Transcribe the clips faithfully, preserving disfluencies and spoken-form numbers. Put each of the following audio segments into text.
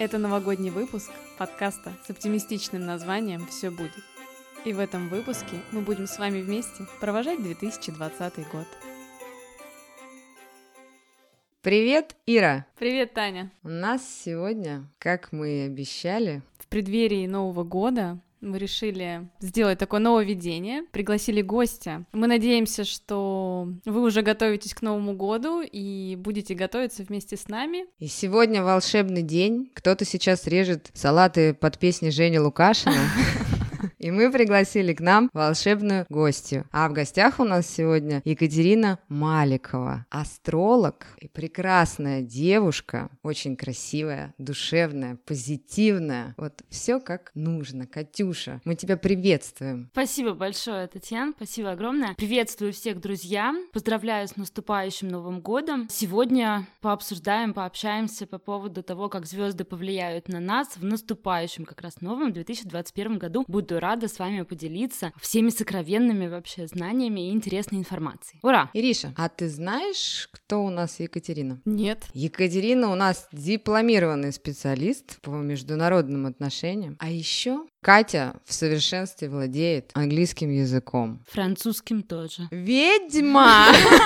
Это новогодний выпуск подкаста с оптимистичным названием «Все будет». И в этом выпуске мы будем с вами вместе провожать две тысячи двадцатый год. Привет, Ира! Привет, Таня! У нас сегодня, как мы и обещали, в преддверии Нового года мы решили сделать такое нововведение, пригласили гостя. Мы надеемся, что вы уже готовитесь к Новому году и будете готовиться вместе с нами. И сегодня волшебный день. Кто-то сейчас режет салаты под песни Жени Лукашина. И мы пригласили к нам волшебную гостью. А в гостях у нас сегодня Екатерина Маликова, астролог и прекрасная девушка, очень красивая, душевная, позитивная. Вот все как нужно. Катюша, мы тебя приветствуем. Спасибо большое, Татьяна, спасибо огромное. Приветствую всех, друзья. Поздравляю с наступающим Новым годом. Сегодня пообсуждаем, пообщаемся по поводу того, как звезды повлияют на нас в наступающем как раз новом две тысячи двадцать первом году. Буду рада Рада с вами поделиться всеми сокровенными вообще знаниями и интересной информацией. Ура! Ириша, а ты знаешь, кто у нас Екатерина? Нет. Екатерина у нас дипломированный специалист по международным отношениям. А еще Катя в совершенстве владеет английским языком. Французским тоже. Ведьма!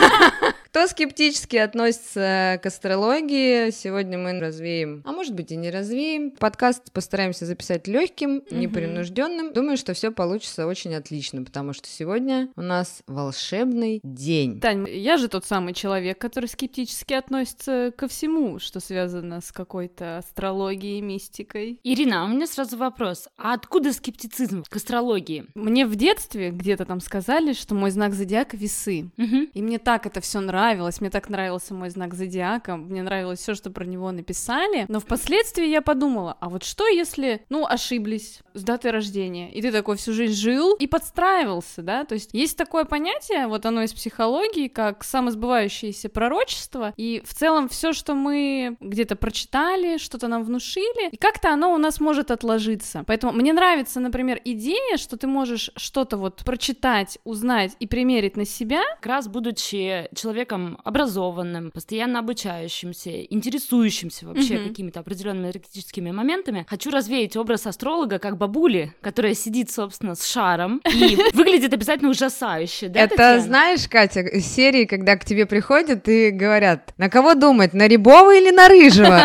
Кто скептически относится к астрологии, сегодня мы развеем, а может быть и не развеем. Подкаст постараемся записать легким, непринужденным. Думаю, что все получится очень отлично, потому что сегодня у нас волшебный день. Тань, я же тот самый человек, который скептически относится ко всему, что связано с какой-то астрологией, мистикой. Ирина, у меня сразу вопрос. А откуда скептицизм к астрологии? Мне в детстве где-то там сказали, что мой знак зодиака — весы. Угу. И мне так это все нравилось. Мне так нравился мой знак зодиака, мне нравилось все, что про него написали, но впоследствии я подумала, а вот что если, ну, ошиблись с датой рождения, и ты такой всю жизнь жил и подстраивался, да, то есть есть такое понятие, вот оно из психологии, как самосбывающееся пророчество, и в целом все, что мы где-то прочитали, что-то нам внушили, и как-то оно у нас может отложиться, поэтому мне нравится, например, идея, что ты можешь что-то вот прочитать, узнать и примерить на себя. Как раз будучи человеком образованным, постоянно обучающимся, интересующимся вообще mm-hmm. какими-то определенными энергетическими моментами, хочу развеять образ астролога как бабули, которая сидит, собственно, с шаром и выглядит обязательно ужасающе. Да, это, Татьяна? Знаешь, Катя, из серии, когда к тебе приходят и говорят, на кого думать, на Рябова или на Рыжего?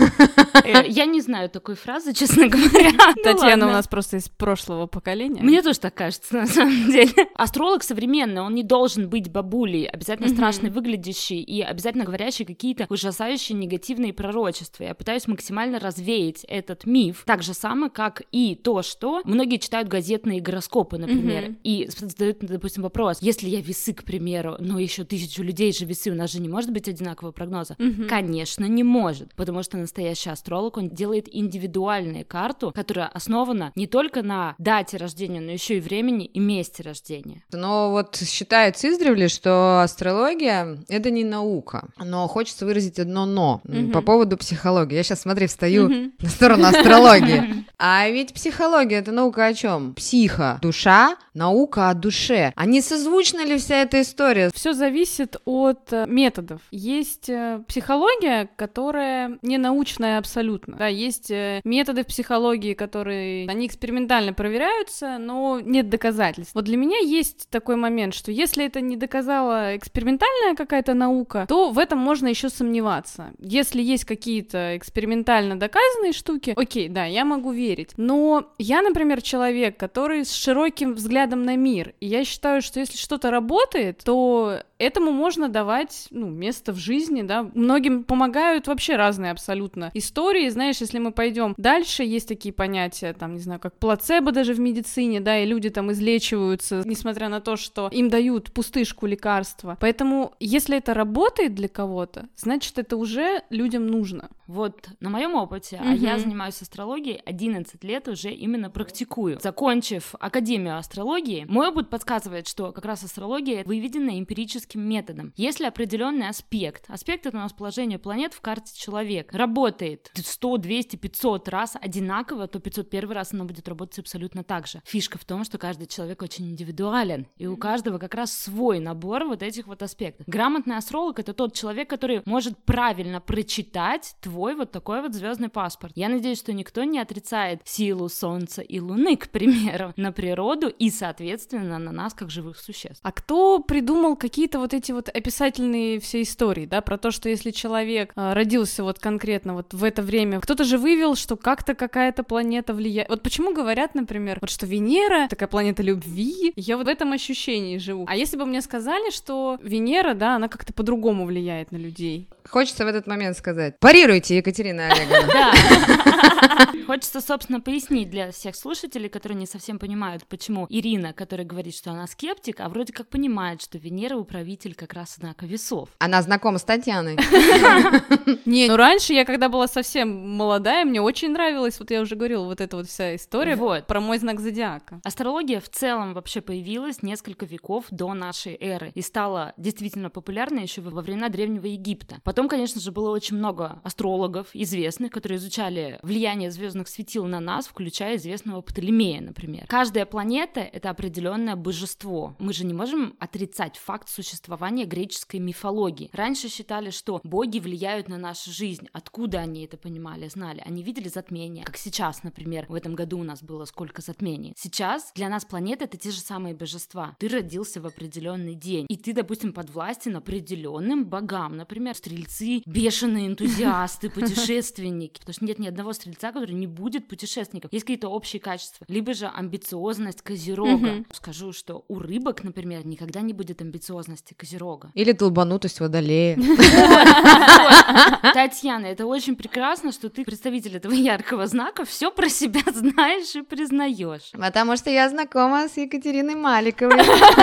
Я не знаю такой фразы, честно говоря. Татьяна у нас просто из прошлого поколения. Мне тоже так кажется, на самом деле. Астролог современный, он не должен быть бабулей, обязательно страшно выглядящий и обязательно говорящий какие-то ужасающие негативные пророчества. Я пытаюсь максимально развеять этот миф, так же самое, как и то, что многие читают газетные гороскопы, например, mm-hmm. и задают, допустим, вопрос, если я весы, к примеру, но еще тысячу людей же весы, у нас же не может быть одинакового прогноза? Mm-hmm. Конечно, не может, потому что настоящий астролог, он делает индивидуальную карту, которая основана не только на дате рождения, но еще и времени и месте рождения. Но вот считается издревле, что астрология — это не наука, но хочется выразить одно «но» mm-hmm. по поводу психологии. Я сейчас, смотри, встаю mm-hmm. на сторону астрологии. А ведь психология — это наука о чем? Психо, душа, наука о душе. А не созвучна ли вся эта история? Все зависит от методов. Есть психология, которая не научная абсолютно. Да, есть методы в психологии, которые, они экспериментально проверяются, но нет доказательств. Вот для меня есть такой момент, что если это не доказала экспериментальная какая-то наука, то в этом можно еще сомневаться. Если есть какие-то экспериментально доказанные штуки, окей, да, я могу верить. Но я, например, человек, который с широким взглядом на мир, и я считаю, что если что-то работает, то этому можно давать, ну, место в жизни, да. Многим помогают вообще разные абсолютно истории. Знаешь, если мы пойдем дальше, есть такие понятия, там, не знаю, как плацебо даже в медицине, да, и люди там излечиваются, несмотря на то, что им дают пустышку лекарства. Поэтому, если это работает для кого-то, значит, это уже людям нужно. Вот на моем опыте, mm-hmm. а я занимаюсь астрологией одиннадцать лет уже именно практикую. Закончив Академию астрологии, мой опыт подсказывает, что как раз астрология выведена эмпирическим методом. Если определенный аспект, аспект — это у нас положение планет в карте человека, работает сто, двести, пятьсот раз одинаково, то пятьсот первый раз оно будет работать абсолютно так же. Фишка в том, что каждый человек очень индивидуален, и у каждого как раз свой набор вот этих вот аспектов. Грамотный астролог — это тот человек, который может правильно прочитать твой твой вот такой вот звездный паспорт. Я надеюсь, что никто не отрицает силу Солнца и Луны, к примеру, на природу и, соответственно, на нас, как живых существ. А кто придумал какие-то вот эти вот описательные все истории, да, про то, что если человек э, родился вот конкретно вот в это время, кто-то же вывел, что как-то какая-то планета влияет. Вот почему говорят, например, вот что Венера такая планета любви, я вот в этом ощущении живу. А если бы мне сказали, что Венера, да, она как-то по-другому влияет на людей? Хочется в этот момент сказать: парируйте, Екатерина Олеговна. Да. Хочется, собственно, пояснить для всех слушателей, которые не совсем понимают, почему Ирина, которая говорит, что она скептик, а вроде как понимает, что Венера управитель как раз знака весов. Она знакома с Татьяной. Не, ну раньше я, когда была совсем молодая, мне очень нравилась, вот я уже говорила, вот эта вот вся история вот. Про мой знак зодиака. Астрология в целом вообще появилась несколько веков до нашей эры и стала действительно популярной еще во времена Древнего Египта. Потом, конечно же, было очень много астрологов известных, которые изучали влияние звездных светил на нас, включая известного Птолемея, например. Каждая планета — это определенное божество. Мы же не можем отрицать факт существования греческой мифологии. Раньше считали, что боги влияют на нашу жизнь. Откуда они это понимали, знали? Они видели затмения, как сейчас, например. В этом году у нас было сколько затмений. Сейчас для нас планеты — это те же самые божества. Ты родился в определенный день, и ты, допустим, подвластен определенным богам, например, стрельцы, бешеные энтузиасты, путешественники. Потому что нет ни одного стрельца, который не будет путешественником. Есть какие-то общие качества. Либо же амбициозность Козерога. Mm-hmm. Скажу, что у рыбок, например, никогда не будет амбициозности Козерога. Или долбанутость Водолея. Татьяна, это очень прекрасно, что ты, представитель этого яркого знака, все про себя знаешь и признаешь. Потому что я знакома с Екатериной Маликовой.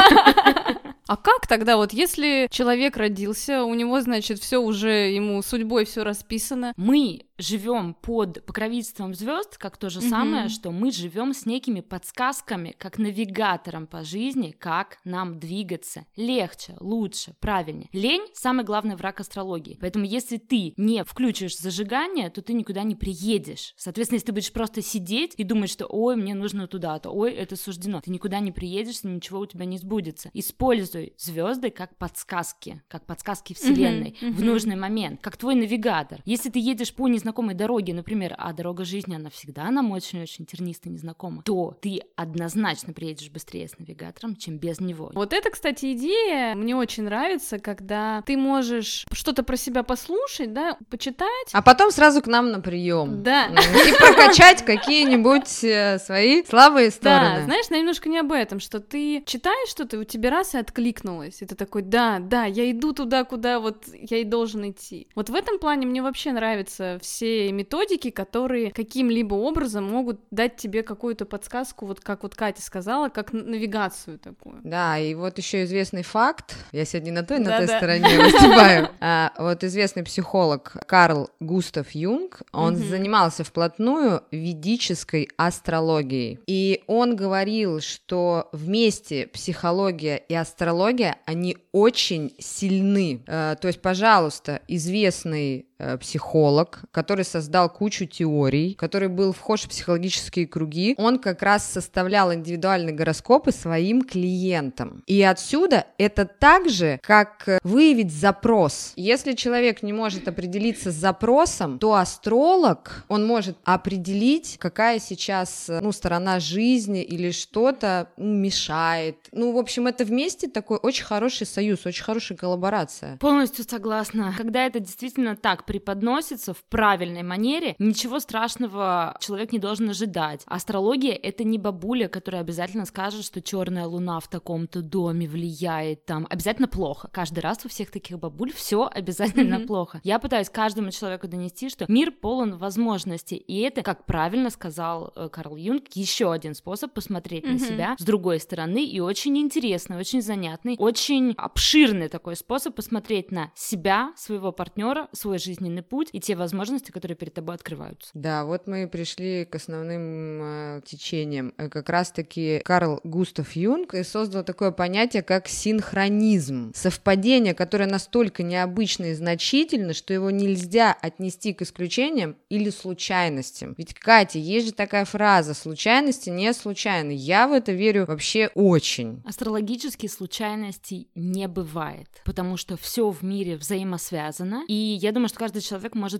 А как тогда, вот если человек родился, у него, значит, все уже, ему судьбой все расписано? Мы живем под покровительством звезд, как то же mm-hmm. самое, что мы живем с некими подсказками, как навигатором по жизни, как нам двигаться легче, лучше, правильнее. Лень — самый главный враг астрологии. Поэтому если ты не включишь зажигание, то ты никуда не приедешь. Соответственно, если ты будешь просто сидеть и думать, что ой, мне нужно туда-то, ой, это суждено, ты никуда не приедешь, ничего у тебя не сбудется. Используй звезды как подсказки, как подсказки Вселенной mm-hmm. в нужный момент, как твой навигатор. Если ты едешь по незнакомой дороге, например, а дорога жизни, она всегда нам очень-очень тернистая, незнакома, то ты однозначно приедешь быстрее с навигатором, чем без него. Вот это, кстати, идея мне очень нравится, когда ты можешь что-то про себя послушать, да, почитать. А потом сразу к нам на прием. Да. И прокачать какие-нибудь э, свои слабые стороны. Да, знаешь, немножко не об этом, что ты читаешь что-то, и у тебя раз и откликнулось, и ты такой, да, да, я иду туда, куда вот я и должен идти. Вот в этом плане мне вообще нравятся все методики, которые каким-либо образом могут дать тебе какую-то подсказку, вот как вот Катя сказала, как навигацию такую. Да, и вот еще известный факт, я сегодня на той, на да, той да. стороне выступаю, а, вот известный психолог Карл Густав Юнг, он mm-hmm. занимался вплотную ведической астрологией, и он говорил, что вместе психология и астрология, они очень сильны, а, то есть, пожалуйста, известный психолог, который создал кучу теорий, который был вхож в психологические круги, он как раз составлял индивидуальные гороскопы своим клиентам. И отсюда это так же, как выявить запрос. Если человек не может определиться с запросом, то астролог, он может определить, какая сейчас, ну, сторона жизни или что-то ну, мешает. Ну, в общем, это вместе такой очень хороший союз, очень хорошая коллаборация. Полностью согласна. Когда это действительно так преподносится в правильной манере, ничего страшного человек не должен ожидать. Астрология — это не бабуля, которая обязательно скажет, что черная луна в таком-то доме влияет там. Обязательно плохо. Каждый раз у всех таких бабуль все обязательно mm-hmm. плохо. Я пытаюсь каждому человеку донести, что мир полон возможностей, и это, как правильно сказал э, Карл Юнг, еще один способ посмотреть mm-hmm. на себя с другой стороны, и очень интересный, очень занятный, очень обширный такой способ посмотреть на себя, своего партнера, свой жизненный путь и те возможности, которые перед тобой открываются. Да, вот мы и пришли к основным э, течениям. Как раз-таки Карл Густав Юнг создал такое понятие, как синхронизм. Совпадение, которое настолько необычно и значительно, что его нельзя отнести к исключениям или случайностям. Ведь, Катя, есть же такая фраза: случайности не случайны. Я в это верю вообще очень. Астрологически случайностей не бывает, потому что все в мире взаимосвязано, и я думаю, что каждый человек может проследить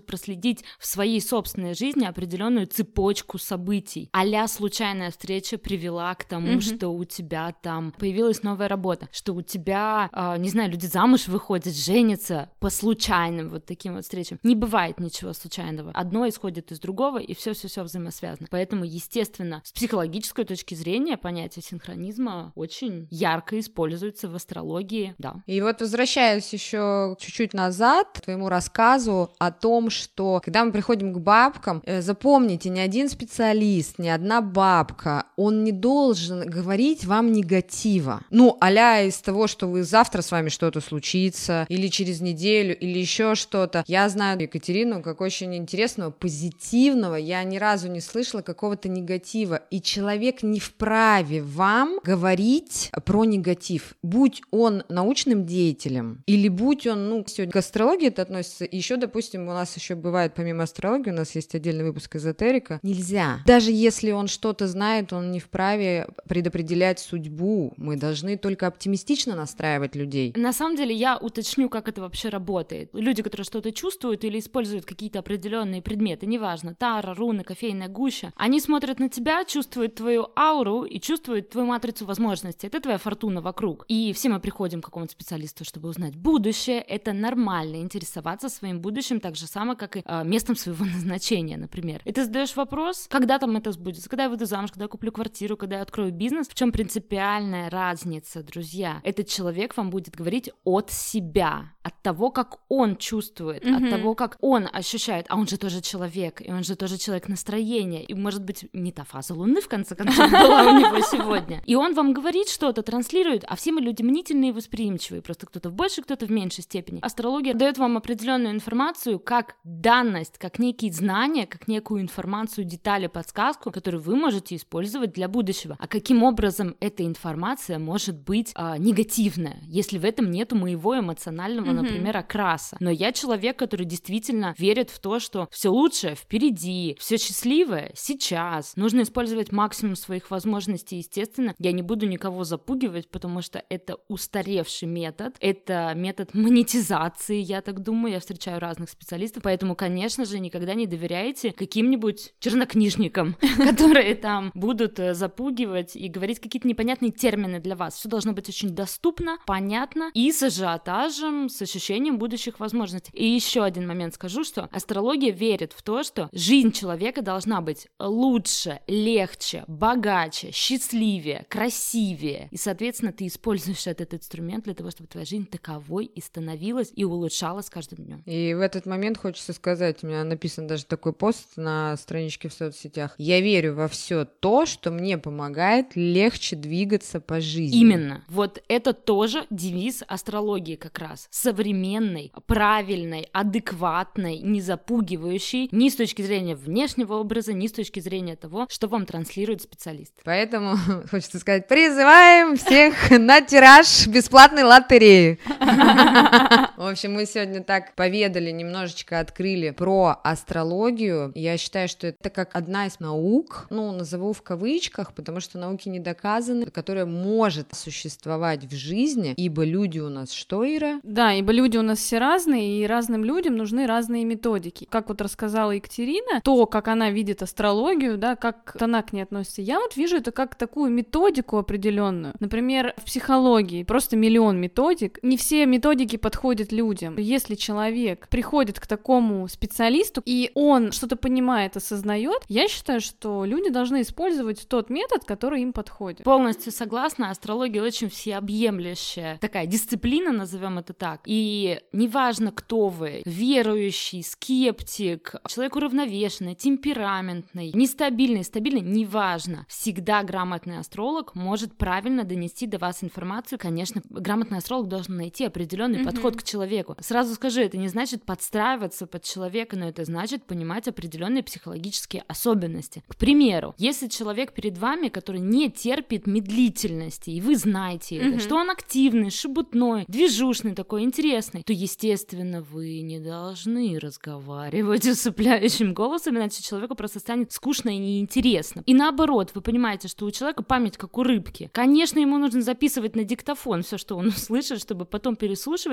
видеть в своей собственной жизни определенную цепочку событий. А-ля случайная встреча привела к тому, mm-hmm. что у тебя там появилась новая работа, что у тебя, э, не знаю, люди замуж выходят, женятся по случайным вот таким вот встречам. Не бывает ничего случайного. Одно исходит из другого, и все-все-все взаимосвязано. Поэтому, естественно, с психологической точки зрения понятие синхронизма очень ярко используется в астрологии, да. И вот возвращаясь еще чуть-чуть назад к твоему рассказу о том, что когда мы приходим к бабкам, запомните, ни один специалист, ни одна бабка, он не должен говорить вам негатива. Ну, а-ля из того, что вы завтра с вами что-то случится, или через неделю, или еще что-то. Я знаю Екатерину как очень интересного, позитивного, я ни разу не слышала какого-то негатива, и человек не вправе вам говорить про негатив, будь он научным деятелем, или будь он, ну, сегодня к астрологии это относится, еще, допустим, у нас еще бывает, помимо астрологии, у нас есть отдельный выпуск эзотерика, нельзя. Даже если он что-то знает, он не вправе предопределять судьбу, мы должны только оптимистично настраивать людей. На самом деле, я уточню, как это вообще работает. Люди, которые что-то чувствуют или используют какие-то определенные предметы, неважно, тара, руны, кофейная гуща, они смотрят на тебя, чувствуют твою ауру и чувствуют твою матрицу возможностей. Это твоя фортуна вокруг. И все мы приходим к какому-то специалисту, чтобы узнать будущее. Это нормально, интересоваться своим будущим так же само, как и э, местом своего назначения, например. И ты задаешь вопрос, когда там это сбудется, когда я выйду замуж, когда я куплю квартиру, когда я открою бизнес. В чем принципиальная разница, друзья? Этот человек вам будет говорить от себя, от того, как он чувствует, mm-hmm. от того, как он ощущает. А он же тоже человек, и он же тоже человек настроения. И, может быть, не та фаза Луны, в конце концов, была у него сегодня. И он вам говорит что-то, транслирует, а все мы люди мнительные и восприимчивые. Просто кто-то в большей, кто-то в меньшей степени. Астрология дает вам определенную информацию как данность, как некие знания, как некую информацию, детали, подсказку, которую вы можете использовать для будущего. А каким образом эта информация может быть а, негативная, если в этом нету моего эмоционального, mm-hmm. например, окраса. Но я человек, который действительно верит в то, что все лучшее впереди, все счастливое сейчас. Нужно использовать максимум своих возможностей, естественно. Я не буду никого запугивать, потому что это устаревший метод, это метод монетизации, я так думаю, я встречаю разных специалистов, поэтому, конечно же, никогда не доверяйте каким-нибудь чернокнижникам, которые там будут запугивать и говорить какие-то непонятные термины для вас. Все должно быть очень доступно, понятно и с ажиотажем, с ощущением будущих возможностей. И еще один момент скажу, что астрология верит в то, что жизнь человека должна быть лучше, легче, богаче, счастливее, красивее. И, соответственно, ты используешь этот инструмент для того, чтобы твоя жизнь таковой и становилась, и улучшалась с каждым днем. И в этот момент хочется сказать, у меня написан даже такой пост на страничке в соцсетях. Я верю во все то, что мне помогает легче двигаться по жизни. Именно. Вот это тоже девиз астрологии как раз. Современной, правильной, адекватной, не запугивающей ни с точки зрения внешнего образа, ни с точки зрения того, что вам транслирует специалист. Поэтому, хочется сказать, призываем всех на тираж бесплатной лотереи. В общем, мы сегодня так поведали, немножечко открыли про астрологию. Я считаю, что это как одна из наук, ну, назову в кавычках, потому что науки не доказаны, которая может существовать в жизни, ибо люди у нас что, Ира? Да, ибо люди у нас все разные, и разным людям нужны разные методики. Как вот рассказала Екатерина, то, как она видит астрологию, да, как она к ней относится, я вот вижу это как такую методику определенную. Например, в психологии просто миллион методик. Не все методики подходят людям. Если человек приходит к такому специалисту, и он что-то понимает, осознает, я считаю, что люди должны использовать тот метод, который им подходит. Полностью согласна, астрология очень всеобъемлющая такая дисциплина, назовем это так. И неважно, кто вы, верующий, скептик, человек уравновешенный, темпераментный, нестабильный, стабильный, неважно. Всегда грамотный астролог может правильно донести до вас информацию. Конечно, грамотный астролог должен найти определенный mm-hmm. подход к человеку. Сразу скажу, это не значит подстраиваться под человека, но это значит понимать определенные психологические особенности. К примеру, если человек перед вами, который не терпит медлительности, и вы знаете mm-hmm. это, что он активный, шебутной, движушный такой, интересный, то, естественно, вы не должны разговаривать усыпляющим голосом, иначе человеку просто станет скучно и неинтересно. И наоборот, вы понимаете, что у человека память как у рыбки. Конечно, ему нужно записывать на диктофон все, что он услышит, чтобы потом переслушивать, иначе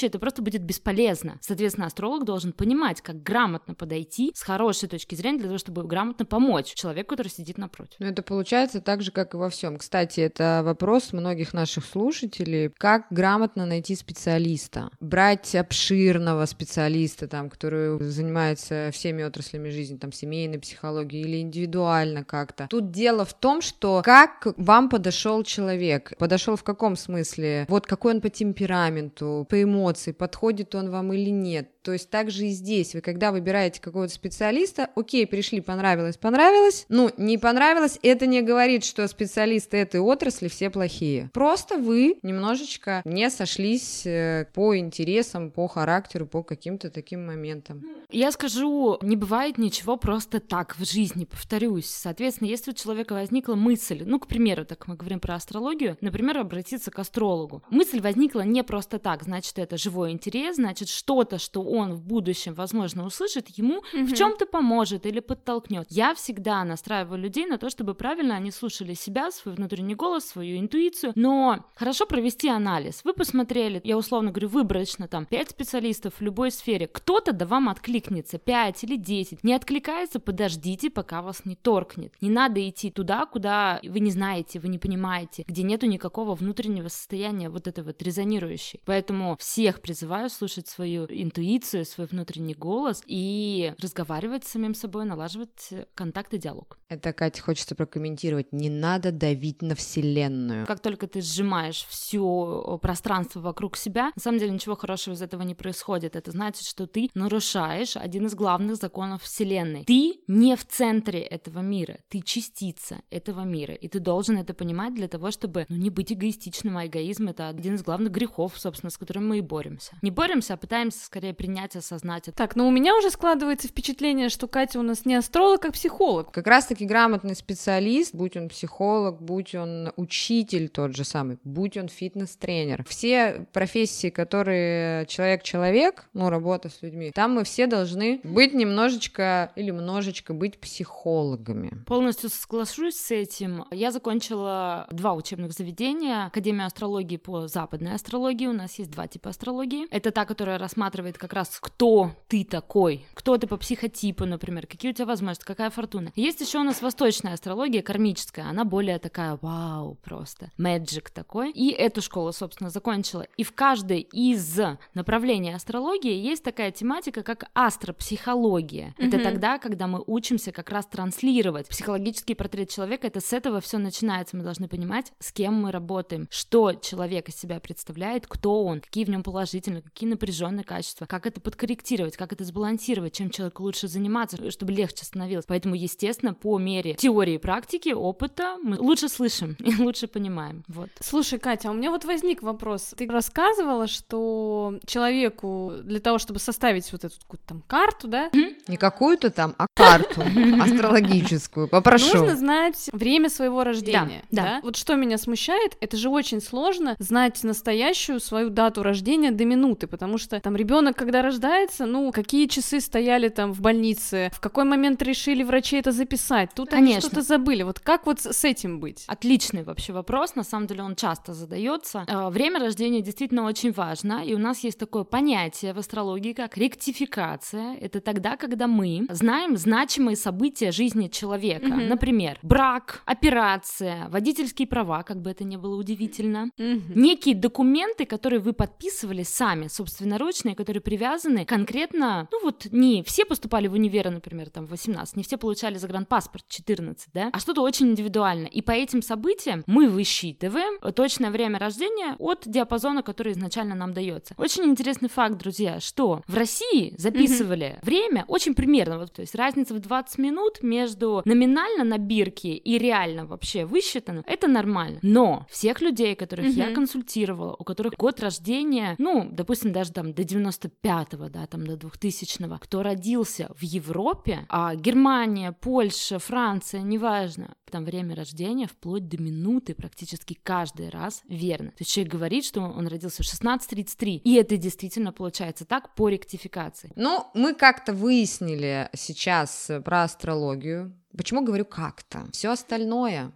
случае это просто будет бесполезно. Соответственно, астролог должен понимать, как грамотно подойти с хорошей точки зрения для того, чтобы грамотно помочь человеку, который сидит напротив. Ну, это получается так же, как и во всем. Кстати, это вопрос многих наших слушателей. Как грамотно найти специалиста? Брать обширного специалиста, там, который занимается всеми отраслями жизни, там, семейной психологии, или индивидуально как-то. Тут дело в том, что как вам подошел человек. Подошел в каком смысле? Вот какой он по темпераменту, по эмоции, подходит он вам или нет. То есть так же и здесь. Вы когда выбираете какого-то специалиста, окей, пришли, понравилось, понравилось. Ну, не понравилось, это не говорит, что специалисты этой отрасли все плохие. Просто вы немножечко не сошлись по интересам, по характеру, по каким-то таким моментам. Я скажу, не бывает ничего просто так в жизни, повторюсь. Соответственно, если у человека возникла мысль, ну, к примеру, так мы говорим про астрологию, например, обратиться к астрологу. Мысль возникла не просто так, значит, это живой интерес, значит, что-то, что он в будущем, возможно, услышит, ему mm-hmm. в чем-то поможет или подтолкнет. Я всегда настраиваю людей на то, чтобы правильно они слушали себя, свой внутренний голос, свою интуицию, но хорошо провести анализ. Вы посмотрели, я условно говорю, выборочно там пять специалистов в любой сфере, кто-то да вам откликнется, пять или десять. Не откликается, подождите, пока вас не торкнет. Не надо идти туда, куда вы не знаете, вы не понимаете, где нету никакого внутреннего состояния вот этого вот резонирующей. Поэтому всех призываю слушать свою интуицию, свой внутренний голос и разговаривать с самим собой, налаживать контакт и диалог. Это, Катя, хочется прокомментировать. Не надо давить на Вселенную. Как только ты сжимаешь все пространство вокруг себя, на самом деле ничего хорошего из этого не происходит. Это значит, что ты нарушаешь один из главных законов Вселенной. Ты не в центре этого мира, ты частица этого мира, и ты должен это понимать для того, чтобы ну, не быть эгоистичным, а эгоизм — это один из главных грехов, собственно, с которым мы и боремся. Не боремся, а пытаемся скорее принять, осознать это. Так, но у меня уже складывается впечатление, что Катя у нас не астролог, а психолог. Как раз-таки грамотный специалист, будь он психолог, будь он учитель тот же самый, будь он фитнес-тренер. Все профессии, которые человек-человек, ну, работа с людьми, там мы все должны быть немножечко или множечко быть психологами. Полностью соглашусь с этим. Я закончила два учебных заведения. Академию астрологии по западной астрологии. У нас есть два типа астрологии. Это та, которая рассматривает как раз, кто ты такой, кто ты по психотипу, например, какие у тебя возможности, какая фортуна. Есть еще у нас восточная астрология, кармическая. Она более такая, вау, просто мэджик такой. И эту школу, собственно, закончила. И в каждой из направлений астрологии есть такая тематика, как астропсихология. Mm-hmm. Это тогда, когда мы учимся как раз транслировать психологический портрет человека. Это с этого все начинается. Мы должны понимать, с кем мы работаем, что человек из себя представляет, кто он, какие в нем положительные, какие напряженные качества, как это подкорректировать, как это сбалансировать, чем человеку лучше заниматься, чтобы легче становилось. Поэтому, естественно, по мере теории, практики, опыта мы лучше слышим и лучше понимаем. Вот. Слушай, Катя, а у меня вот возник вопрос. Ты рассказывала, что человеку для того, чтобы составить вот эту какую-то там карту, да? Не какую-то там, а карту астрологическую, попрошу. Нужно знать время своего рождения. Да, да. Да? Вот что меня смущает, это же очень сложно знать настоящую свою дату рождения до минуты, потому что там ребенок, когда рождается, ну, какие часы стояли там в больнице, в какой момент решили врачи это записать, тут Конечно. они что-то забыли. Вот как вот с этим быть? Отличный вообще вопрос, на самом деле он часто задается. Время рождения действительно очень важно, и у нас есть такое понятие в астрологии, как ректификация. Это тогда, когда мы знаем значимые события жизни человека. Mm-hmm. Например, брак, операция, водительские права, как бы это ни было удивительно. Mm-hmm. Некие документы, которые вы подписывали сами, собственноручные, которые привязаны конкретно, ну вот не все поступали в универ, например, там в восемнадцать, не все получали загранпаспорт в четырнадцать, да, а что-то очень индивидуально. И по этим событиям мы высчитываем точное время рождения от диапазона, который изначально нам дается. Очень интересный факт, друзья, что в России записывали mm-hmm. время очень примерно, вот, то есть разница в двадцать минут между номинально на бирке и реально вообще высчитано, это нормально. Но всех людей, которых mm-hmm. я консультировала, у которых год рождения, ну, допустим, даже там до девяносто пятого, да, там до двухтысячного, кто родился в Европе, а Германия, Польша, Франция, неважно, там время рождения вплоть до минуты практически каждый раз верно. То есть человек говорит, что он родился в шестнадцать тридцать три, и это действительно получается так по ректификации. Ну, мы как-то выяснили сейчас про астрологию. Почему говорю как-то? Все остальное,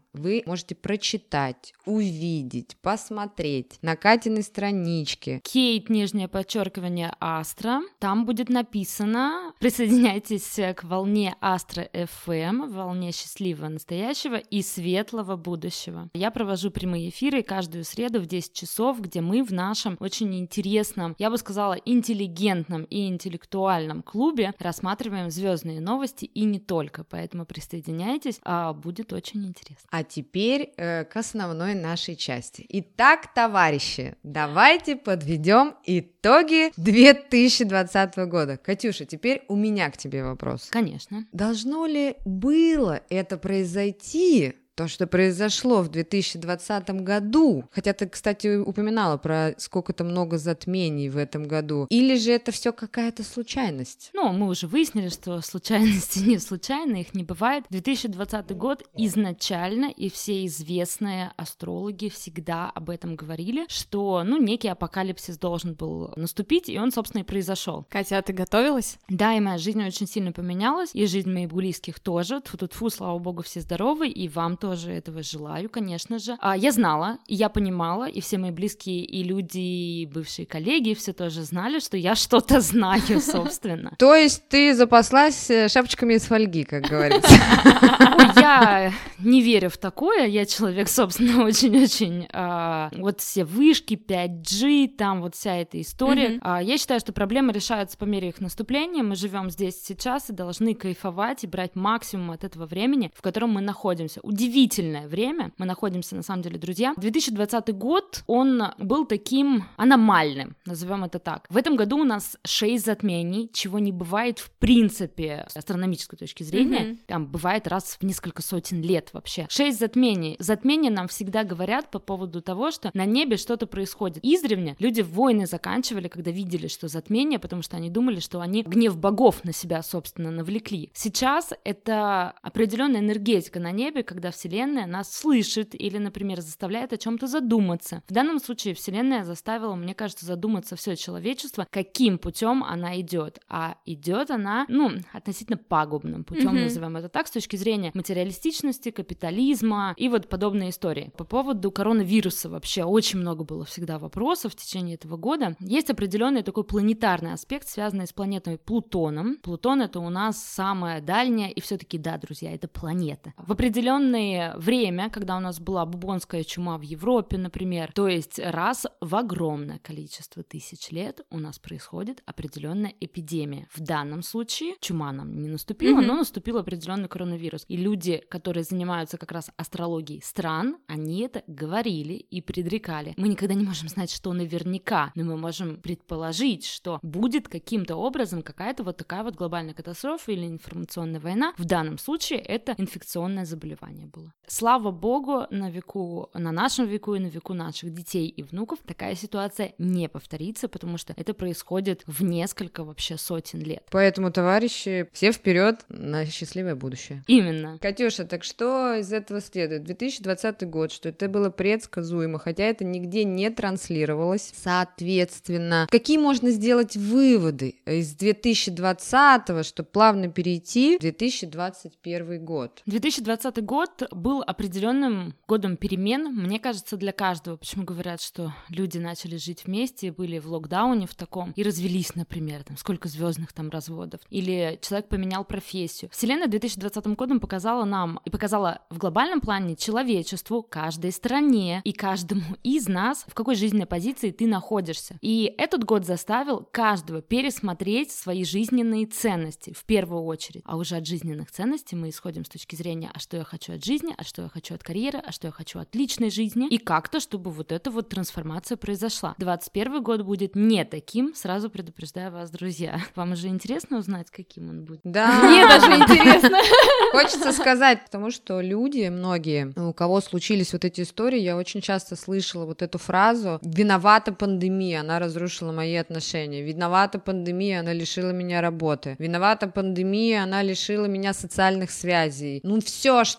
вы можете прочитать, увидеть, посмотреть на Катиной страничке. Кейт, нижнее подчеркивание, Астра. Там будет написано: присоединяйтесь к волне Астра эф эм, волне счастливого настоящего и светлого будущего. Я провожу прямые эфиры каждую среду в десять часов, где мы в нашем очень интересном, я бы сказала, интеллигентном и интеллектуальном клубе рассматриваем звездные новости и не только. Поэтому присоединяйтесь, а будет очень интересно. А теперь э, к основной нашей части. Итак, товарищи, давайте подведем итоги две тысячи двадцатого года. Катюша, теперь у меня к тебе вопрос. Конечно. Должно ли было это произойти? То, что произошло в две тысячи двадцатом году, хотя ты, кстати, упоминала про сколько-то много затмений в этом году, или же это все какая-то случайность? Ну, мы уже выяснили, что случайности не случайны, их не бывает. две тысячи двадцатый год изначально, и все известные астрологи всегда об этом говорили, что, ну, некий апокалипсис должен был наступить, и он, собственно, и произошел. Катя, а ты готовилась? Да, и моя жизнь очень сильно поменялась, и жизнь моих близких тоже. Тьфу-тьфу, слава богу, все здоровы, и вам тоже. Тоже этого желаю, конечно же. А я знала, и я понимала, и все мои близкие, и люди, и бывшие коллеги, все тоже знали, что я что-то знаю, собственно. То есть ты запаслась шапочками из фольги, как говорится? Ой, я не верю в такое, я человек, собственно, очень-очень... А, вот все вышки, пять джи, там вот вся эта история. Mm-hmm. А, я считаю, что проблемы решаются по мере их наступления, мы живем здесь сейчас и должны кайфовать и брать максимум от этого времени, в котором мы находимся. Удивительно. Удивительное время мы находимся, на самом деле, друзья. две тысячи двадцатый год, он был таким аномальным, назовем это так. В этом году у нас шесть затмений, чего не бывает в принципе с астрономической точки зрения. Mm-hmm. Там бывает раз в несколько сотен лет вообще. Шесть затмений. Затмения нам всегда говорят по поводу того, что на небе что-то происходит. Издревле люди войны заканчивали, когда видели, что затмение, потому что они думали, что они гнев богов на себя, собственно, навлекли. Сейчас это определенная энергетика на небе, когда все Вселенная нас слышит или, например, заставляет о чем-то задуматься. В данном случае Вселенная заставила, мне кажется, задуматься все человечество, каким путем она идет. А идет она, ну, относительно пагубным путем, mm-hmm. назовем это так, с точки зрения материалистичности, капитализма и вот подобные истории. По поводу коронавируса вообще очень много было всегда вопросов в течение этого года. Есть определенный такой планетарный аспект, связанный с планетой Плутоном. Плутон — это у нас самая дальняя, и все-таки, да, друзья, это планета. В определенные время, когда у нас была бубонская чума в Европе, например, то есть раз в огромное количество тысяч лет у нас происходит определенная эпидемия. В данном случае чума нам не наступила, mm-hmm. но наступил определенный коронавирус. И люди, которые занимаются как раз астрологией стран, они это говорили и предрекали. Мы никогда не можем знать, что наверняка, но мы можем предположить, что будет каким-то образом какая-то вот такая вот глобальная катастрофа или информационная война. В данном случае это инфекционное заболевание было. Слава богу, на веку, на нашем веку и на веку наших детей и внуков такая ситуация не повторится, потому что это происходит в несколько вообще сотен лет. Поэтому, товарищи, все вперед на счастливое будущее. Именно. Катюша, так что из этого следует? две тысячи двадцатый год, что это было предсказуемо, хотя это нигде не транслировалось. Соответственно, какие можно сделать выводы из две тысячи двадцатого, чтобы плавно перейти в две тысячи двадцать первый год? две тысячи двадцатый год был определенным годом перемен, мне кажется, для каждого. Почему говорят, что люди начали жить вместе, были в локдауне в таком и развелись, например, там сколько звездных там разводов, или человек поменял профессию. Вселенная две тысячи двадцатым годом показала нам и показала в глобальном плане человечеству, каждой стране и каждому из нас, в какой жизненной позиции ты находишься. И этот год заставил каждого пересмотреть свои жизненные ценности в первую очередь. А уже от жизненных ценностей мы исходим с точки зрения, а что я хочу от жизни, а что я хочу от карьеры, а что я хочу от личной жизни, и как-то, чтобы вот эта вот трансформация произошла. двадцать первый год будет не таким, сразу предупреждаю вас, друзья. Вам уже интересно узнать, каким он будет? Да. Мне даже интересно. Хочется сказать, потому что люди, многие, у кого случились вот эти истории, я очень часто слышала вот эту фразу: «Виновата пандемия, она разрушила мои отношения», «Виновата пандемия, она лишила меня работы», «Виновата пандемия, она лишила меня социальных связей». Ну, все что угодно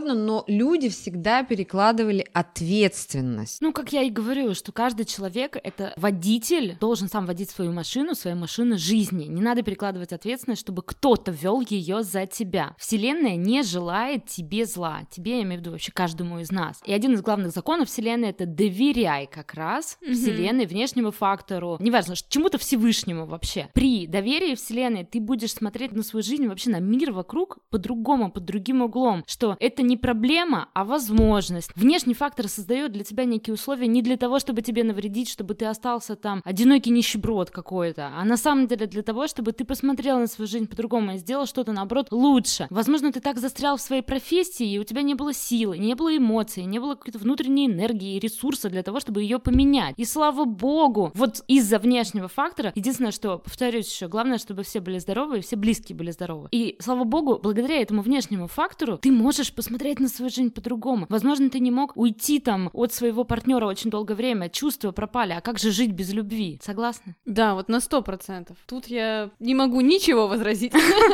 угодно, но люди всегда перекладывали ответственность. Ну, как я и говорю, что каждый человек — это водитель, должен сам водить свою машину, свою машину жизни. Не надо перекладывать ответственность, чтобы кто-то вел ее за тебя. Вселенная не желает тебе зла. Тебе, я имею в виду вообще каждому из нас. И один из главных законов Вселенной — это доверяй как раз mm-hmm. Вселенной, внешнему фактору, неважно, чему-то Всевышнему вообще. При доверии Вселенной ты будешь смотреть на свою жизнь, вообще на мир вокруг по-другому, под другим углом, что это не проблема, а возможность. Внешний фактор создает для тебя некие условия не для того, чтобы тебе навредить, чтобы ты остался там одинокий нищеброд какой-то, а на самом деле для того, чтобы ты посмотрел на свою жизнь по-другому и сделал что-то, наоборот, лучше. Возможно, ты так застрял в своей профессии, и у тебя не было силы, не было эмоций, не было какой-то внутренней энергии и ресурса для того, чтобы ее поменять. И слава богу, вот из-за внешнего фактора, единственное, что, повторюсь еще, главное, чтобы все были здоровы и все близкие были здоровы. И слава богу, благодаря этому внешнему фактору ты можешь посмотреть на свою жизнь по-другому. Возможно, ты не мог уйти там от своего партнера очень долгое время, чувства пропали, а как же жить без любви? Согласна? Да, вот на сто процентов. Тут я не могу ничего возразить.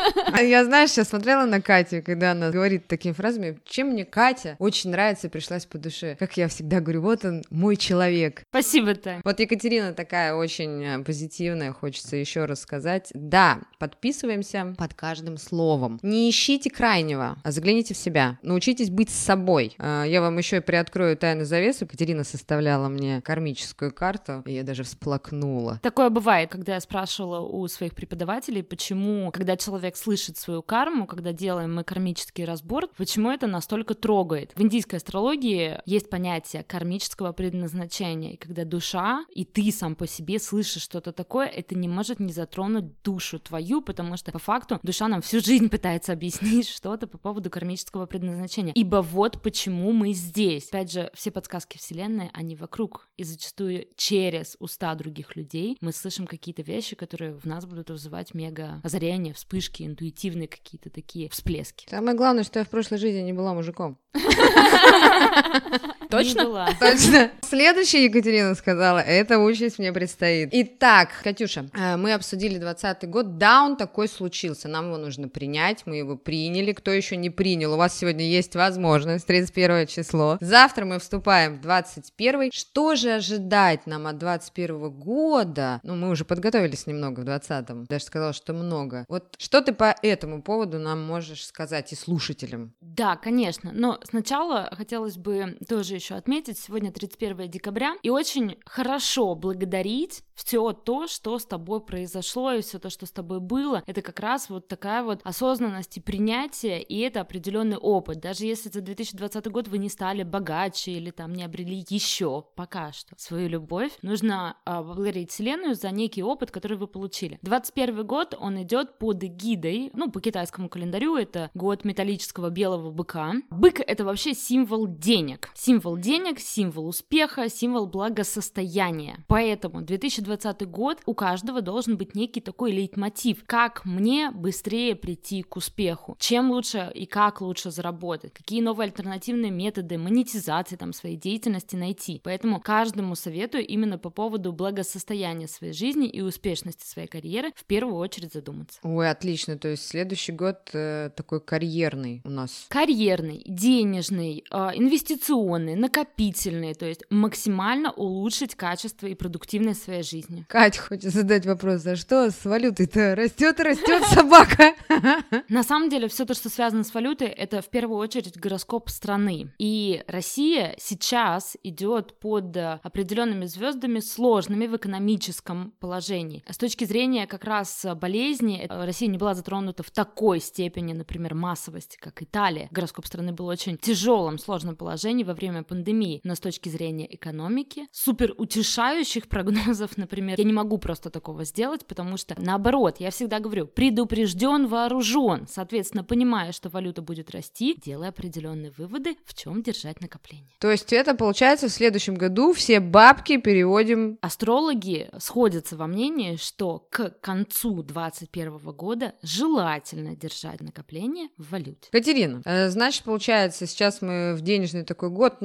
Я, знаешь, сейчас смотрела на Катю, когда она говорит такими фразами, чем мне Катя очень нравится и пришлась по душе. Как я всегда говорю, вот он, мой человек. Спасибо, Тань. Вот Екатерина такая очень позитивная, хочется еще раз сказать. Да, подписываемся под каждым словом. Не ищите крайнего, а загляните в себя. Научитесь быть с собой. Я вам еще и приоткрою тайну завесу. Екатерина составляла мне кармическую карту, и я даже всплакнула. Такое бывает, когда я спрашивала у своих преподавателей, почему, когда человек слышит свою карму, когда делаем мы кармический разбор, почему это настолько трогает. В индийской астрологии есть понятие кармического предназначения, и когда душа, и ты сам по себе слышишь что-то такое, это не может не затронуть душу твою, потому что по факту душа нам всю жизнь пытается объяснить что-то по поводу кармического предназначения. Ибо вот почему мы здесь. Опять же, все подсказки Вселенной, они вокруг, и зачастую через уста других людей мы слышим какие-то вещи, которые в нас будут вызывать мега озарения, вспышки, интуитивные какие-то такие всплески. Самое главное, что я в прошлой жизни не была мужиком. Точно? Точно. Следующее Екатерина сказала, эта участь мне предстоит. Итак, Катюша, мы обсудили двадцатый год, да, он такой случился, нам его нужно принять, мы его приняли, кто еще не принял, у вас сегодня есть возможность, тридцать первое число, завтра мы вступаем в двадцать первый, что же ожидать нам от двадцать первого года? Ну, мы уже подготовились немного в двадцатом, даже сказала, что много. Вот что ты по этому поводу нам можешь сказать и слушателям? Да, конечно, но сначала хотелось бы тоже еще отметить, сегодня тридцать первое декабря, и очень хорошо благодарить все то, что с тобой произошло, и все то, что с тобой было, это как раз вот такая вот осознанность и принятие, и это определенный опыт. Даже если за две тысячи двадцатый год вы не стали богаче или там не обрели еще пока что свою любовь, нужно а, поблагодарить Вселенную за некий опыт, который вы получили. двадцать первый год, он идет под эгидой, ну, по китайскому календарю, это год металлического белого быка. Бык — это вообще символ денег. Символ денег, символ успеха, символ благосостояния. Поэтому две тысячи двадцатый год у каждого должен быть некий такой лейтмотив. Как мне быстрее прийти к успеху? Чем лучше и как лучше заработать? Какие новые альтернативные методы монетизации там своей деятельности найти? Поэтому каждому советую именно по поводу благосостояния своей жизни и успешности своей карьеры в первую очередь задуматься. Ой, отлично. То есть следующий год э, такой карьерный у нас. Карьерный, денежный, э, инвестиционный, накопительный. То есть максимально улучшить качество и продуктивность своей жизни. Кать, хочет задать вопрос, а что с валютой-то растет и растет собака? На самом деле, все то, что связано с валютой, это в первую очередь гороскоп страны. И Россия сейчас идет под определенными звездами, сложными в экономическом положении. С точки зрения как раз болезни, Россия не была затронута в такой степени, например, массовости, как Италия. Гороскоп страны был в очень тяжелом, сложном положении во время пандемии. Но с точки зрения экономики, суперутешающих прогнозов, например, я не могу просто такого сделать, потому что, наоборот, я всегда говорю, предупрежден, вооружен, соответственно, понимая, что валюта будет расти, делая определенные выводы, в чем держать накопление. То есть это, получается, в следующем году все бабки переводим... Астрологи сходятся во мнении, что к концу двадцать первого года желательно держать накопление в валюте. Катерина, значит, получается, сейчас мы в денежный такой год,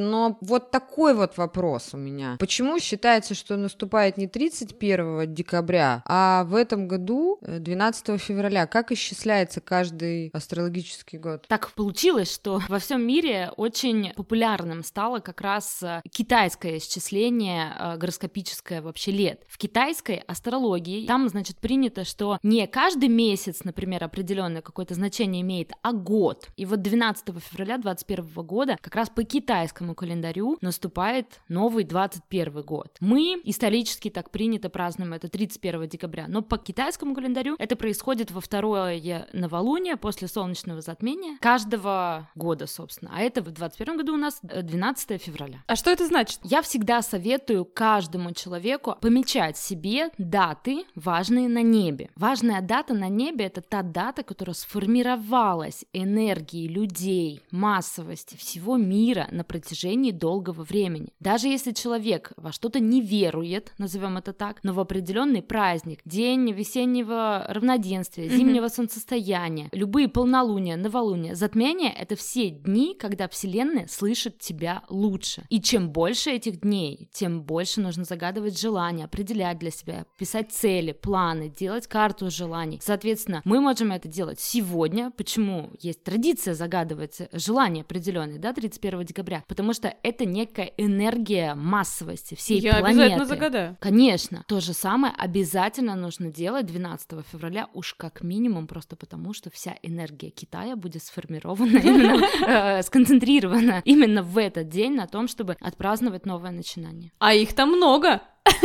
но вот такой вот вопрос у меня. Почему считается, что наступает не тридцать первого декабря, а в этом году двенадцатого февраля? Как исчисляется каждый астрологический год? Так получилось, что во всем мире очень популярным стало как раз китайское исчисление гороскопическое вообще лет. В китайской астрологии там, значит, принято, что не каждый месяц, например, определенное какое-то значение имеет, а год. И вот двенадцатого февраля двадцать первого года как раз по китайскому календарю наступает новый двадцать первый год. Мы исторически так принято празднуем это тридцать первого декабря, но по китайскому календарю это происходит во второе новолуние после солнечного затмения каждого года, собственно. А это в двадцать первом году у нас двенадцатого февраля. А что это значит? Я всегда советую каждому человеку помечать себе даты, важные на небе. Важная дата на небе — это та дата, которая сформировалась энергией людей, массовости всего мира на протяжении долгого времени. Даже если человек во что-то не верует, назовем это так, но в определенный праздник, день весеннего равноденствия, зимнего mm-hmm. солнцестояния, любые полнолуния, новолуния, затмения — это все дни, когда Вселенная слышит тебя лучше. И чем больше этих дней, тем больше нужно загадывать желания, определять для себя, писать цели, планы, делать карту желаний. Соответственно, мы можем это делать сегодня. Почему есть традиция загадывать желания определенные, да, тридцать первого декабря? Потому что это некая энергия массовости всей Я планеты. Я обязательно загадаю. Конечно. То же самое обязательно нужно делать двенадцатого февраля, уж как минимум, просто потому, что вся энергия Китая будет сформирована, именно сконцентрирована именно в этот день на том, чтобы отпраздновать новое начинание. А их там много.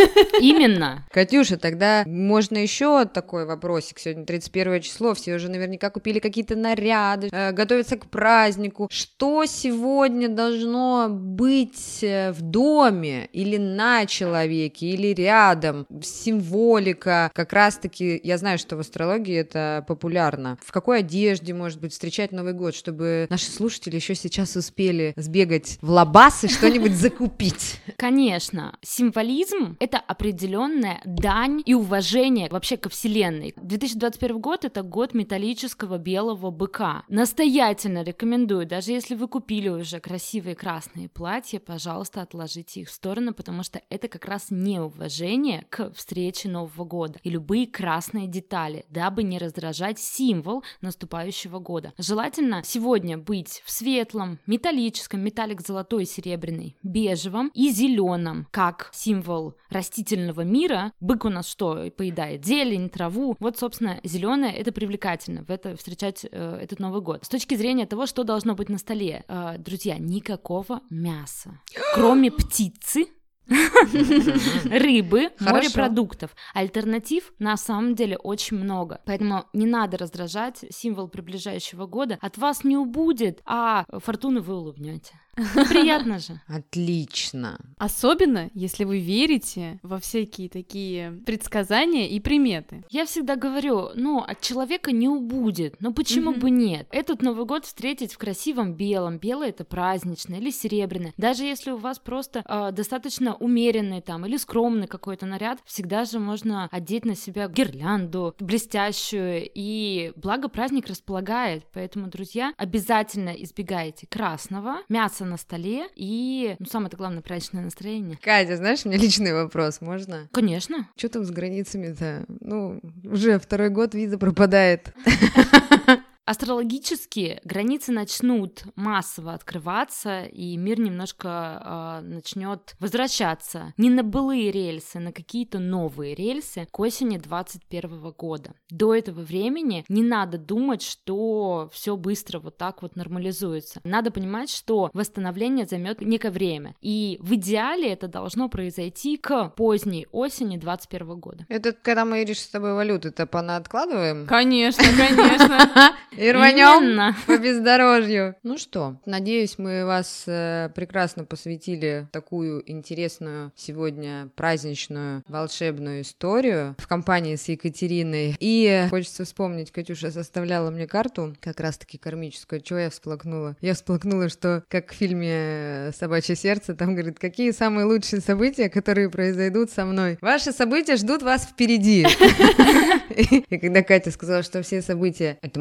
Именно. Катюша, тогда можно еще такой вопросик. Сегодня тридцать первое число, все уже наверняка купили какие-то наряды, э, готовятся к празднику. Что сегодня должно быть в доме или на человеке, или рядом? Символика. Как раз-таки, я знаю, что в астрологии это популярно. В какой одежде, может быть, встречать Новый год, чтобы наши слушатели еще сейчас успели сбегать в лабаз и что-нибудь закупить? Конечно. Символизм — это определенная дань и уважение вообще ко Вселенной. две тысячи двадцать первый год — это год металлического белого быка. Настоятельно рекомендую, даже если вы купили уже красивые красные платья, пожалуйста, отложите их в сторону, потому что это как раз неуважение к встрече Нового года. И любые красные детали, дабы не раздражать символ наступающего года. Желательно сегодня быть в светлом, металлическом, металлик золотой, серебряный, бежевом и зеленом, как символ растительного мира. Бык у нас что, поедает? Зелень, траву. Вот, собственно, зеленое — это привлекательно, в это встречать э, этот Новый год. С точки зрения того, что должно быть на столе, э, друзья, никакого мяса, кроме птицы, рыбы, морепродуктов. Альтернатив на самом деле очень много. Поэтому не надо раздражать символ приближающего года. От вас не убудет, а фортуны вы улыбнете. Приятно же. Отлично. Особенно, если вы верите во всякие такие предсказания и приметы. Я всегда говорю, ну, от человека не убудет. Но почему mm-hmm. бы нет? Этот Новый год встретить в красивом белом. Белое — это праздничное или серебряное. Даже если у вас просто э, достаточно умеренный там или скромный какой-то наряд, всегда же можно одеть на себя гирлянду блестящую. И благо праздник располагает. Поэтому, друзья, обязательно избегайте красного, мяса на столе и, ну, самое-то главное, праздничное настроение. Катя, знаешь, у меня личный вопрос, можно? Конечно. Что там с границами-то? Ну, уже второй год виза пропадает. Астрологически границы начнут массово открываться, и мир немножко э, начнет возвращаться не на былые рельсы, на какие-то новые рельсы к осени двадцать первого года. До этого времени не надо думать, что все быстро вот так вот нормализуется. Надо понимать, что восстановление займет некое время, и в идеале это должно произойти к поздней осени двадцать первого года. Это когда мы, Ириш, с тобой валюты-то понаоткладываем? Конечно, конечно. И рванем по бездорожью. Ну что, надеюсь, мы вас э, прекрасно посвятили такую интересную сегодня праздничную волшебную историю в компании с Екатериной. И хочется вспомнить, Катюша составляла мне карту, как раз-таки кармическую. Чего я всплакнула? Я всплакнула, что, как в фильме «Собачье сердце», там говорит, какие самые лучшие события, которые произойдут со мной. Ваши события ждут вас впереди. И когда Катя сказала, что все события, это моя интерпретация,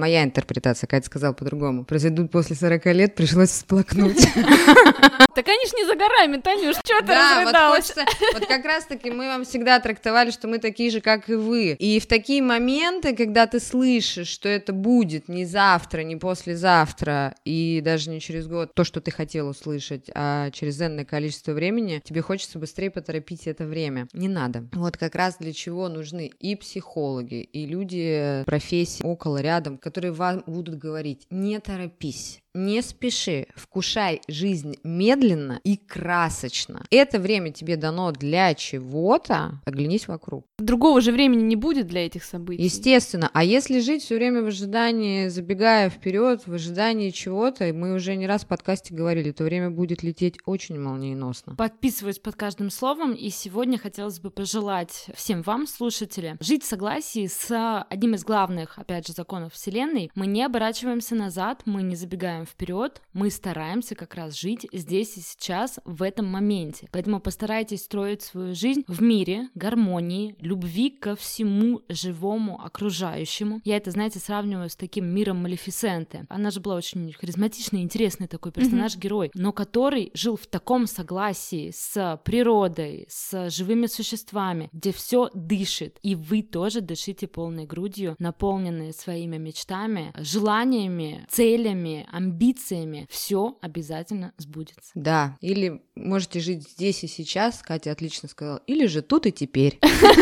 интерпретация, Катя сказала по-другому. Произойдут после сорока лет, пришлось всплакнуть. Так они ж не за горами, Танюш, чё ты Да, разрыдалась? вот хочется, вот как раз-таки мы вам всегда трактовали, что мы такие же, как и вы. И в такие моменты, когда ты слышишь, что это будет не завтра, не послезавтра, и даже не через год, то, что ты хотел услышать, а через энное количество времени, тебе хочется быстрее поторопить это время. Не надо. Вот как раз для чего нужны и психологи, и люди профессии около, рядом, которые вам будут говорить: не торопись. Не спеши, вкушай жизнь медленно и красочно. Это время тебе дано для чего-то, оглянись вокруг. Другого же времени не будет для этих событий. Естественно. А если жить все время в ожидании, забегая вперед, в ожидании чего-то, мы уже не раз в подкасте говорили, то время будет лететь очень молниеносно. Подписываюсь под каждым словом, и сегодня хотелось бы пожелать всем вам, слушатели, жить в согласии с одним из главных, опять же, законов Вселенной. Мы не оборачиваемся назад, мы не забегаем вперед, мы стараемся как раз жить здесь и сейчас, в этом моменте. Поэтому постарайтесь строить свою жизнь в мире, гармонии, любви ко всему живому окружающему. Я это, знаете, сравниваю с таким миром Малефисенты. Она же была очень харизматичный, интересный такой персонаж-герой, но который жил в таком согласии с природой, с живыми существами, где все дышит. И вы тоже дышите полной грудью, наполненные своими мечтами, желаниями, целями, амбициями. амбициями, все обязательно сбудется. Да, или можете жить здесь и сейчас, Катя отлично сказала, или же тут и теперь.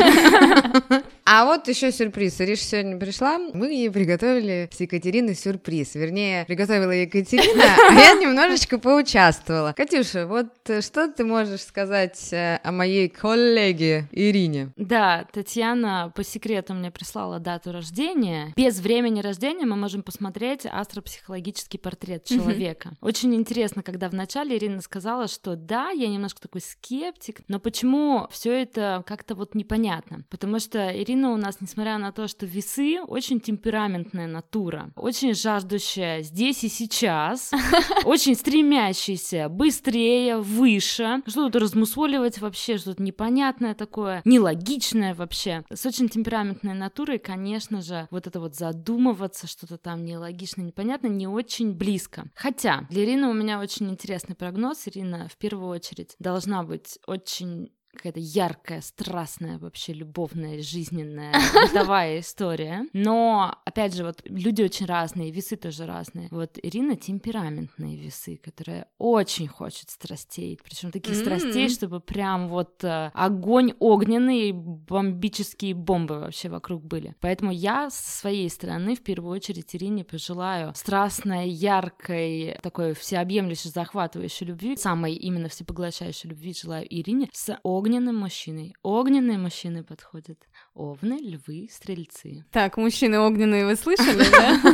А вот еще сюрприз. Ириш сегодня пришла, мы ей приготовили с Екатериной сюрприз. Вернее, приготовила Екатерина, а я немножечко поучаствовала. Катюша, вот что ты можешь сказать о моей коллеге Ирине? Да, Татьяна по секрету мне прислала дату рождения. Без времени рождения мы можем посмотреть астропсихологический портрет человека. Mm-hmm. Очень интересно, когда вначале Ирина сказала, что да, я немножко такой скептик, но почему все это как-то вот непонятно? Потому что Ирина у нас, несмотря на то, что весы, очень темпераментная натура, очень жаждущая здесь и сейчас, очень стремящаяся быстрее, выше, что-то размусоливать вообще, что-то непонятное такое, нелогичное вообще. С очень темпераментной натурой, конечно же, вот это вот задумываться, что-то там нелогично, непонятно, не очень близко. Хотя для Ирины у меня очень интересный прогноз. Ирина в первую очередь должна быть очень какая-то яркая, страстная, вообще любовная, жизненная, бытовая история. Но, опять же, вот люди очень разные, весы тоже разные. Вот Ирина темпераментные весы, которая очень хочет страстей, причем таких mm-hmm. страстей, чтобы прям вот э, огонь огненный, бомбические бомбы вообще вокруг были. Поэтому я со своей стороны в первую очередь Ирине пожелаю страстной, яркой, такой всеобъемлющей, захватывающей любви, самой именно всепоглощающей любви желаю Ирине с огненным мужчиной. Огненные мужчины подходят. Овны, львы, стрельцы. Так, мужчины огненные, вы слышали,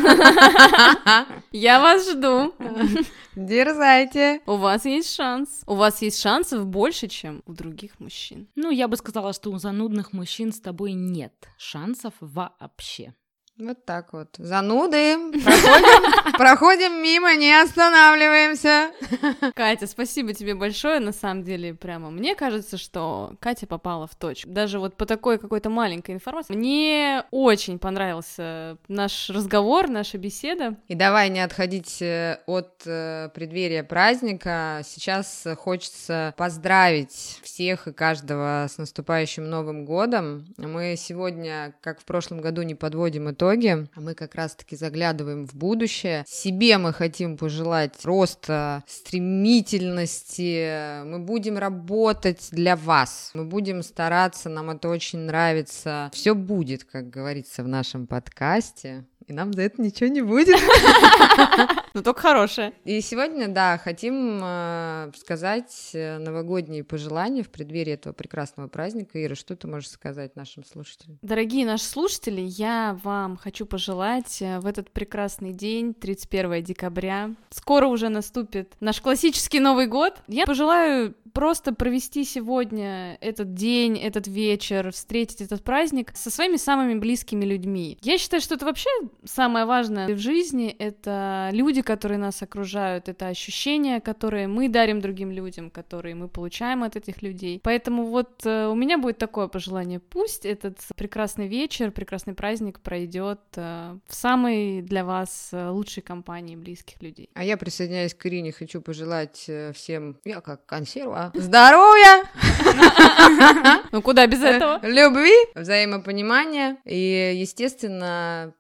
да? Я вас жду. Дерзайте. У вас есть шанс. У вас есть шансов больше, чем у других мужчин. Ну, я бы сказала, что у занудных мужчин с тобой нет шансов вообще. Вот так вот. Зануды. Проходим, проходим мимо, не останавливаемся. Катя, спасибо тебе большое, на самом деле, прямо. Мне кажется, что Катя попала в точку. Даже вот по такой какой-то маленькой информации. Мне очень понравился наш разговор, наша беседа. И давай не отходить от преддверия праздника. Сейчас хочется поздравить всех и каждого с наступающим Новым годом. Мы сегодня, как в прошлом году, не подводим итоги. Мы как раз-таки заглядываем в будущее. Себе мы хотим пожелать роста, стремительности. Мы будем работать для вас. Мы будем стараться, нам это очень нравится. Все будет, как говорится в нашем подкасте. И нам за это ничего не будет. Ну, только хорошее. И сегодня, да, хотим э, сказать новогодние пожелания в преддверии этого прекрасного праздника. Ира, что ты можешь сказать нашим слушателям? Дорогие наши слушатели, я вам хочу пожелать в этот прекрасный день, тридцать первого декабря, скоро уже наступит наш классический Новый год. Я пожелаю просто провести сегодня этот день, этот вечер, встретить этот праздник со своими самыми близкими людьми. Я считаю, что это вообще самое важное в жизни — это люди, которые нас окружают, это ощущения, которые мы дарим другим людям, которые мы получаем от этих людей. Поэтому вот у меня будет такое пожелание: пусть этот прекрасный вечер, прекрасный праздник пройдет в самой для вас лучшей компании близких людей. А я присоединяюсь к Ирине, хочу пожелать всем, я как консерва, здоровья! Ну куда без этого? Любви, взаимопонимания и, естественно,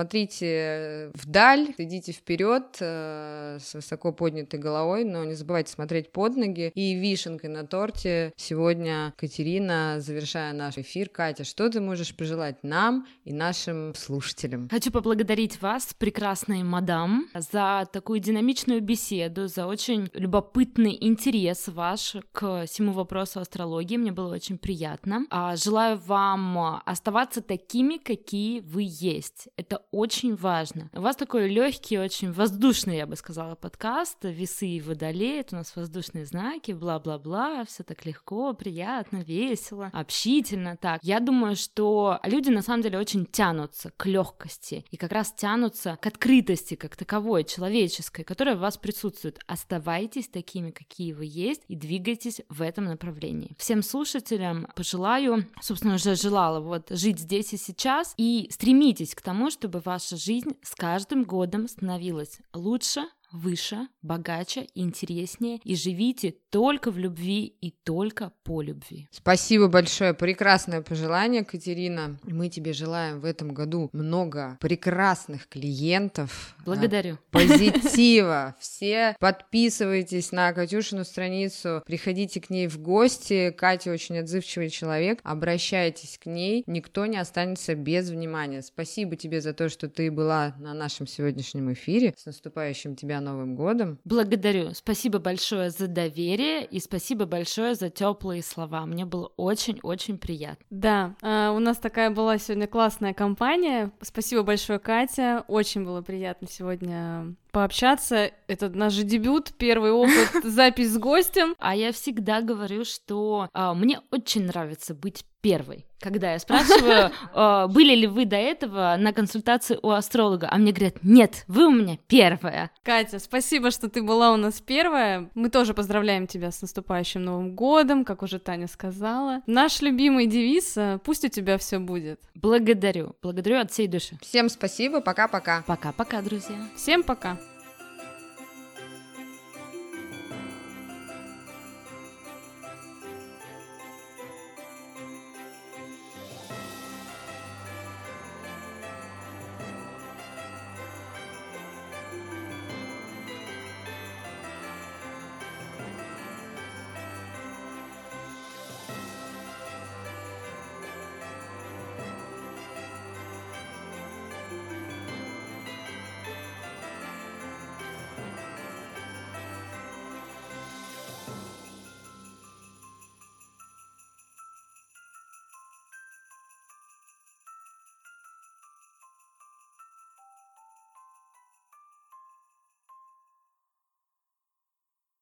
смотрите вдаль, идите вперед э, с высоко поднятой головой, но не забывайте смотреть под ноги. И вишенкой на торте сегодня Катерина, завершая наш эфир. Катя, что ты можешь пожелать нам и нашим слушателям? Хочу поблагодарить вас, прекрасные мадам, за такую динамичную беседу, за очень любопытный интерес ваш к всему вопросу астрологии. Мне было очень приятно. Желаю вам оставаться такими, какие вы есть. Это очень важно. У вас такой легкий, очень воздушный, я бы сказала, подкаст. Весы и Водолей, это у нас воздушные знаки, бла-бла-бла, все так легко, приятно, весело, общительно. Так, я думаю, что люди на самом деле очень тянутся к легкости и как раз тянутся к открытости как таковой, человеческой, которая в вас присутствует. Оставайтесь такими, какие вы есть, и двигайтесь в этом направлении. Всем слушателям пожелаю, собственно, уже желала вот жить здесь и сейчас, и стремитесь к тому, чтобы ваша жизнь с каждым годом становилась лучше, выше, богаче, интереснее, и живите только в любви и только по любви. Спасибо большое, прекрасное пожелание, Катерина. Мы тебе желаем в этом году много прекрасных клиентов. Благодарю. Позитива. Все подписывайтесь на Катюшину страницу, приходите к ней в гости. Катя очень отзывчивый человек, обращайтесь к ней, никто не останется без внимания. Спасибо тебе за то, что ты была на нашем сегодняшнем эфире. С наступающим тебя Новым годом. Благодарю. Спасибо большое за доверие и спасибо большое за теплые слова. Мне было очень-очень приятно. Да, у нас такая была сегодня классная компания. Спасибо большое, Катя. Очень было приятно сегодня пообщаться. Это наш же дебют, первый опыт, запись с гостем. А я всегда говорю, что а, мне очень нравится быть первой. Когда я спрашиваю, а, были ли вы до этого на консультации у астролога, а мне говорят: нет, вы у меня первая. Катя, спасибо, что ты была у нас первая. Мы тоже поздравляем тебя с наступающим Новым годом, как уже Таня сказала. Наш любимый девиз: пусть у тебя все будет. Благодарю, благодарю от всей души. Всем спасибо, пока-пока. Пока-пока, друзья. Всем пока.